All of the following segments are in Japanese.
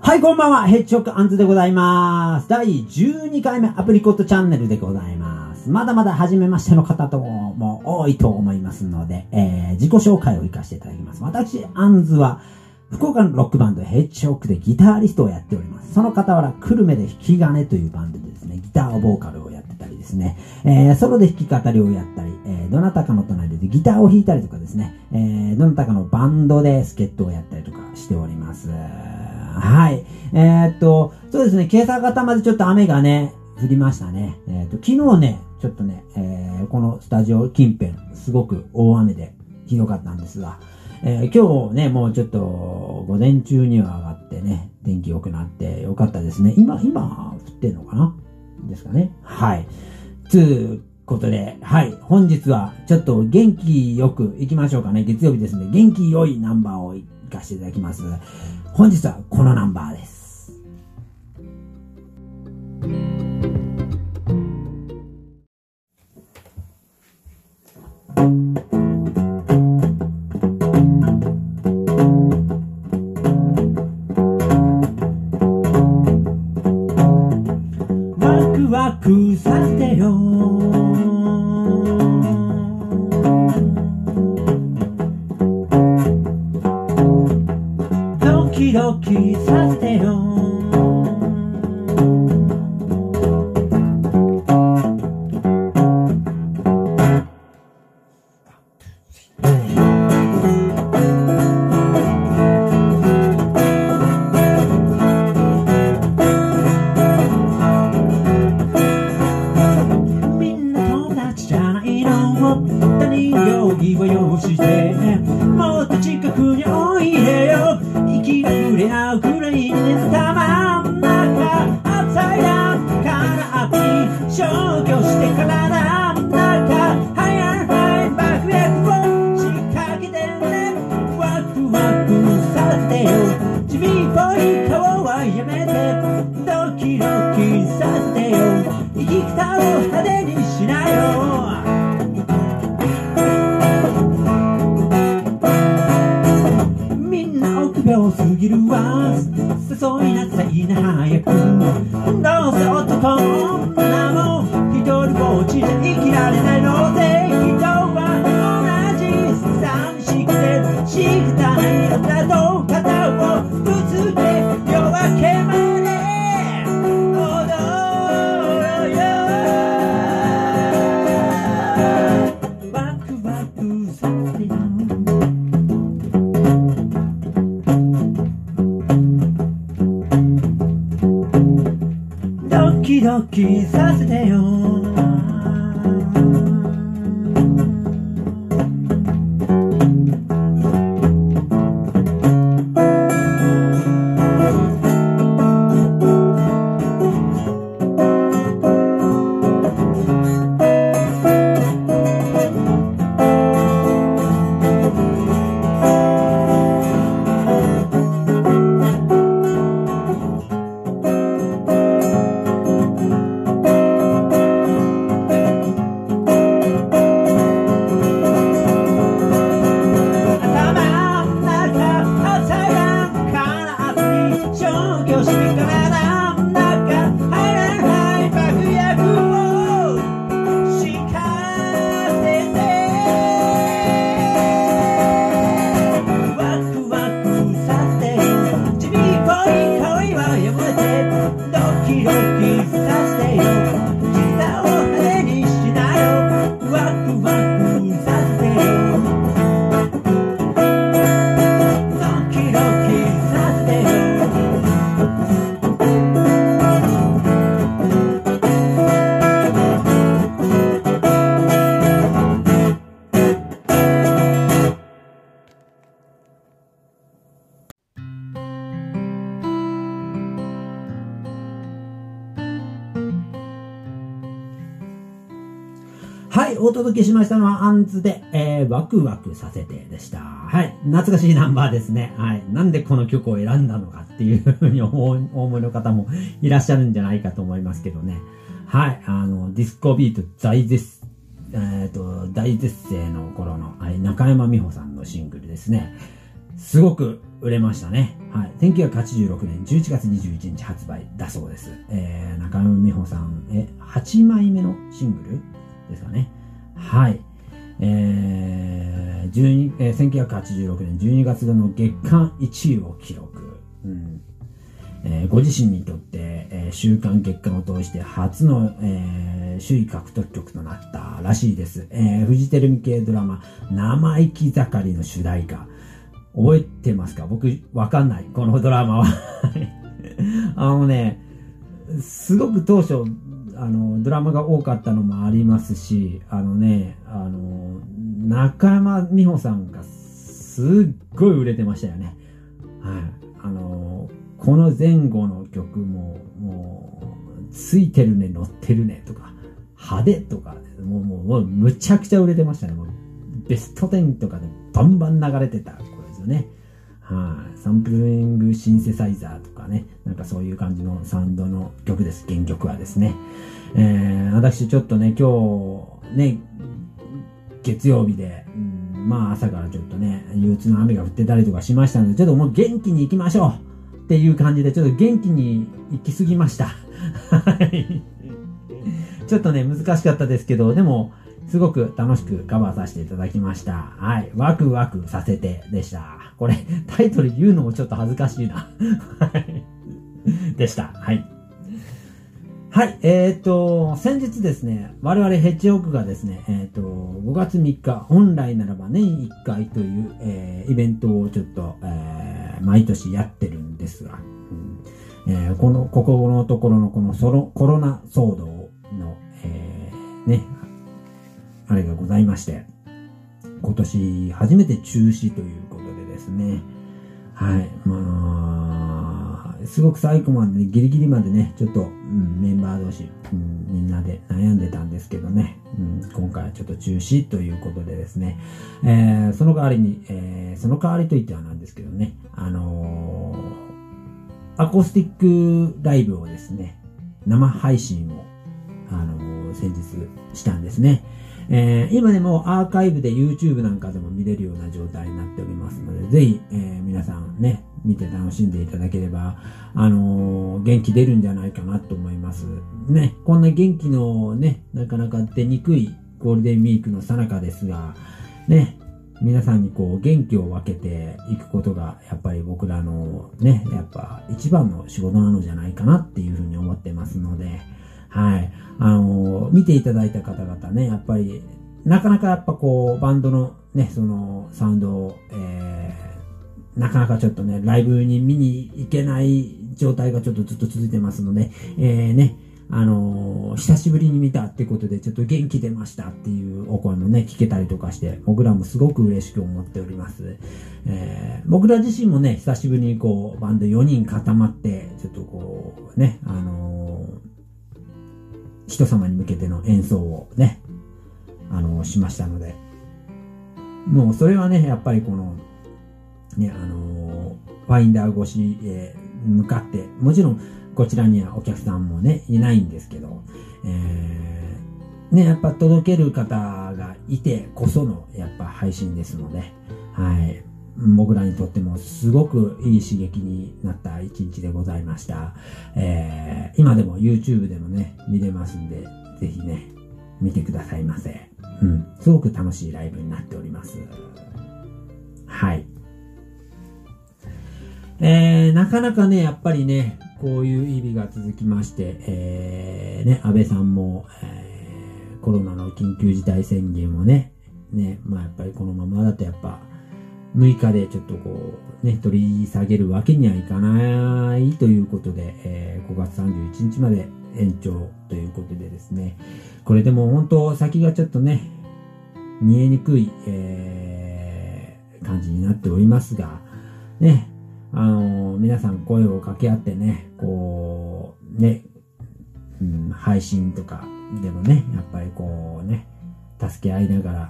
はい、こんばんは。ヘッジホックアンズでございます。第12回目アプリコットチャンネルでございます。まだまだ初めましての方とも多いと思いますので、自己紹介を活かしていただきます。私、アンズは、福岡のロックバンドヘッジホックでギタリストをやっております。その傍ら、久留米で弾き金というバンドでですね、ギターボーカルをやってたりですね、ソロで弾き語りをやったり、どなたかの隣でギターを弾いたりとかですね、どなたかのバンドで助っ人をやったりとかしております。はい。そうですね、今朝方までちょっと雨がね、降りましたね。昨日ね、ちょっとね、このスタジオ近辺、すごく大雨でひどかったんですが、今日ね、もうちょっと午前中には上がってね、天気良くなってよかったですね。今降ってんのかなですかね。はい。つうことで、はい。本日はちょっと元気よく行きましょうかね。月曜日ですね。元気良いナンバーを行かせていただきます。本日はこのナンバーです。ワクワクさせてよドキドキさせてよみんな友達じゃないの他人行儀はよしてもっと近くにおいでよ息が触れ合うくらいにたまん中アップサイダウンからアップに消去して体の中ハイアンハイ爆薬を仕掛けてねワクワクさせてよ地味っぽい顔はやめてドキドキさせてよ生き方を派手にしなよみんな臆病すぎるわ誘いなさいな早くどうせ男女も一人ぼっちじゃ生きられないので人は同じ寂しくて仕方ないのだと肩をぶつけ夜明けまで踊ろうよワクワクさせてよドキドキさせてよはい、お届けしましたのはアンズで、ワクワクさせてでした。はい、懐かしいナンバーですね。はい、なんでこの曲を選んだのかっていうふうにお思いの方もいらっしゃるんじゃないかと思いますけどね。はい、ディスコビート大絶世の頃の、中山美穂さんのシングルですね。 すごく売れましたね。はい。1986年11月21日発売だそうです。中山美穂さん、8枚目のシングルですかね。はい。1986年12月の月間1位を記録。ご自身にとって、週刊月間を通して初の、首位獲得曲となったらしいです。フジテレビ系ドラマ生意気盛りの主題歌。覚えてますか？僕わかんない。このドラマは。すごく当初、ドラマが多かったのもありますし、中山美穂さんがすっごい売れてましたよね。はい。この前後の曲も、もう、ついてるね、乗ってるね、とか、派手とか、もう、むちゃくちゃ売れてましたね。もうベスト10とかでバンバン流れてた頃ですよね。はい。サンプリングシンセサイザーとかね、なんかそういう感じのサウンドの曲です。原曲はですね。私ちょっとね、今日、ね、月曜日で、朝からちょっとね、憂鬱な雨が降ってたりとかしましたので、ちょっともう元気に行きましょうっていう感じで、ちょっと元気に行き過ぎました。はい。ちょっとね、難しかったですけど、でも、すごく楽しくカバーさせていただきました。はい。ワクワクさせてでした。これ、タイトル言うのもちょっと恥ずかしいな。はい。でした。はい。はい。先日ですね、我々ヘッジホッグがですね、5月3日、本来ならば年1回という、イベントをちょっと、毎年やってるんですが、ここのところのこのコロナ騒動の、あれがございまして、今年初めて中止ということでですね、はい。すごく最後まで、ギリギリまでね、ちょっと、メンバー同士、みんなで悩んでたんですけどね、今回はちょっと中止ということでですね、その代わりに、その代わりといってはなんですけどね、アコースティックライブをですね、生配信を、先日したんですね。今でもアーカイブで YouTube なんかでも見れるような状態になっておりますので、ぜひ、皆さんね、見て楽しんでいただければ、元気出るんじゃないかなと思います。ね、こんな元気のね、なかなか出にくいゴールデンウィークの最中ですが、ね、皆さんにこう元気を分けていくことが、やっぱり僕らのね、やっぱ一番の仕事なのじゃないかなっていうふうに思ってますので、はい。見ていただいた方々ね、やっぱり、なかなかやっぱこう、バンドのね、その、サウンドを、なかなかちょっとね、ライブに見に行けない状態がちょっとずっと続いてますので、久しぶりに見たってことで、ちょっと元気出ましたっていうお声もね、聞けたりとかして、僕らもすごく嬉しく思っております。僕ら自身もね、久しぶりにこう、バンド4人固まって、ちょっとこう、ね、人様に向けての演奏をね、しましたので、もうそれはね、やっぱりこの、ね、ファインダー越しへ向かって、もちろんこちらにはお客さんもね、いないんですけど、ね、やっぱ届ける方がいてこその、やっぱ配信ですので、はい。僕らにとってもすごくいい刺激になった一日でございました。今でも YouTube でもね、見れますんで、ぜひね、見てくださいませ。すごく楽しいライブになっております。はい。なかなかね、やっぱりね、こういう日々が続きまして、ね、安倍さんも、コロナの緊急事態宣言もね、やっぱりこのままだとやっぱ、6日でちょっとこう、ね、取り下げるわけにはいかないということで、5月31日まで延長ということでですね、これでも本当先がちょっとね、見えにくい、感じになっておりますが、ね、皆さん声を掛け合ってね、こう、ね、配信とかでもね、やっぱりこうね、助け合いながら、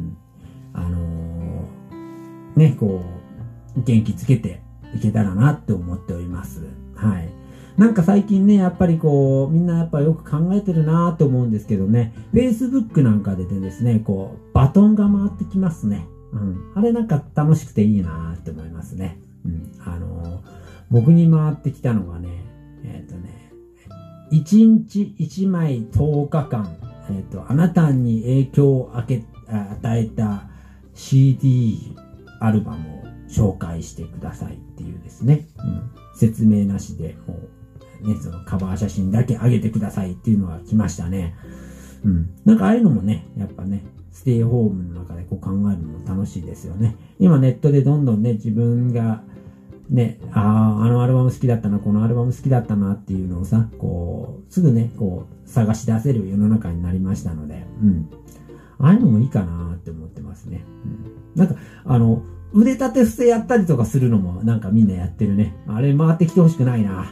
ね、こう、元気つけていけたらなって思っております。はい。なんか最近ね、やっぱりこう、みんなやっぱよく考えてるなと思うんですけどね、Facebook なんかでですね、こう、バトンが回ってきますね。 あれなんか楽しくていいなって思いますね。僕に回ってきたのがね、1日1枚10日間、あなたに影響を与えた CD アルバムを紹介してくださいっていうですね、説明なしでもうね、そのカバー写真だけ上げてくださいっていうのが来ましたね。なんかああいうのもね、やっぱね、ステイホームの中でこう考えるのも楽しいですよね。今ネットでどんどんね、自分がね、あのアルバム好きだったな、このアルバム好きだったなっていうのをさ、こう、すぐね、こう、探し出せる世の中になりましたので、ああいうのもいいかなって思ってますね。なんか、腕立て伏せやったりとかするのもなんかみんなやってるね。あれ回ってきてほしくないな。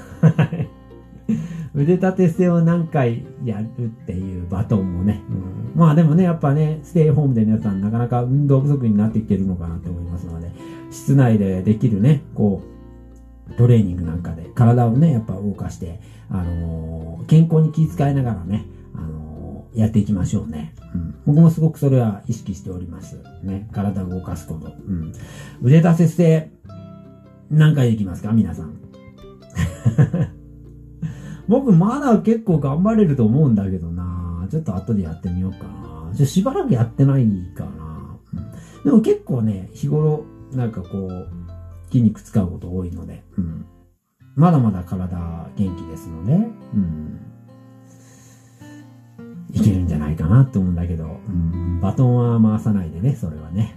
腕立て伏せを何回やるっていうバトンもね。まあでもね、やっぱね、ステイホームで皆さんなかなか運動不足になってきてるのかなと思いますので、室内でできるね、こう、トレーニングなんかで体をね、やっぱ動かして、健康に気遣いながらね、やっていきましょうね。僕もすごくそれは意識しております。ね、体を動かすこと。腕立て伏せ、何回できますか皆さん。僕まだ結構頑張れると思うんだけどな。ちょっと後でやってみようかな。しばらくやってないかな。でも結構ね、日頃、なんかこう、筋肉使うこと多いので、まだまだ体元気ですので、いけるんじゃないかなって思うんだけど、バトンは回さないでね、それはね。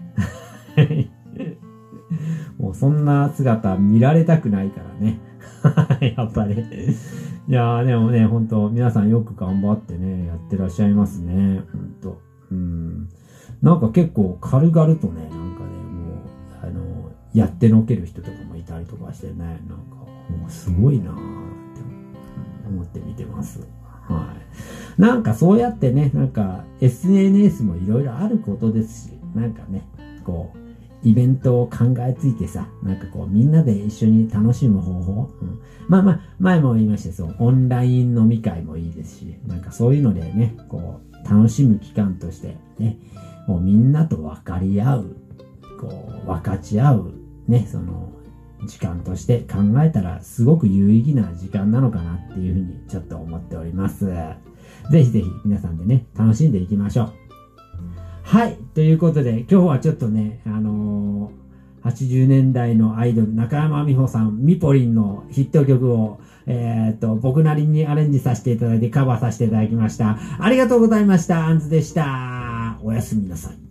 もうそんな姿見られたくないからね。やっぱり。いやーでもね、ほんと、皆さんよく頑張ってね、やってらっしゃいますね。ほんと。なんか結構軽々とね、なんかね、もう、やってのける人とかもいたりとかしてね、なんか、もうすごいなーって思って見てます。はい。なんかそうやってね、なんか SNS もいろいろあることですし、なんかね、こう、イベントを考えついてさ、なんかこうみんなで一緒に楽しむ方法、まあ、前も言いましたそう、オンライン飲み会もいいですし、なんかそういうのでね、こう、楽しむ期間としてね、もうみんなと分かり合う、こう、分かち合う、ね、その、時間として考えたらすごく有意義な時間なのかなっていうふうにちょっと思っております。ぜひぜひ皆さんでね、楽しんでいきましょう。はい。ということで、今日はちょっとね、80年代のアイドル、中山美穂さん、ミポリンのヒット曲を、僕なりにアレンジさせていただいてカバーさせていただきました。ありがとうございました。アンズでした。おやすみなさい。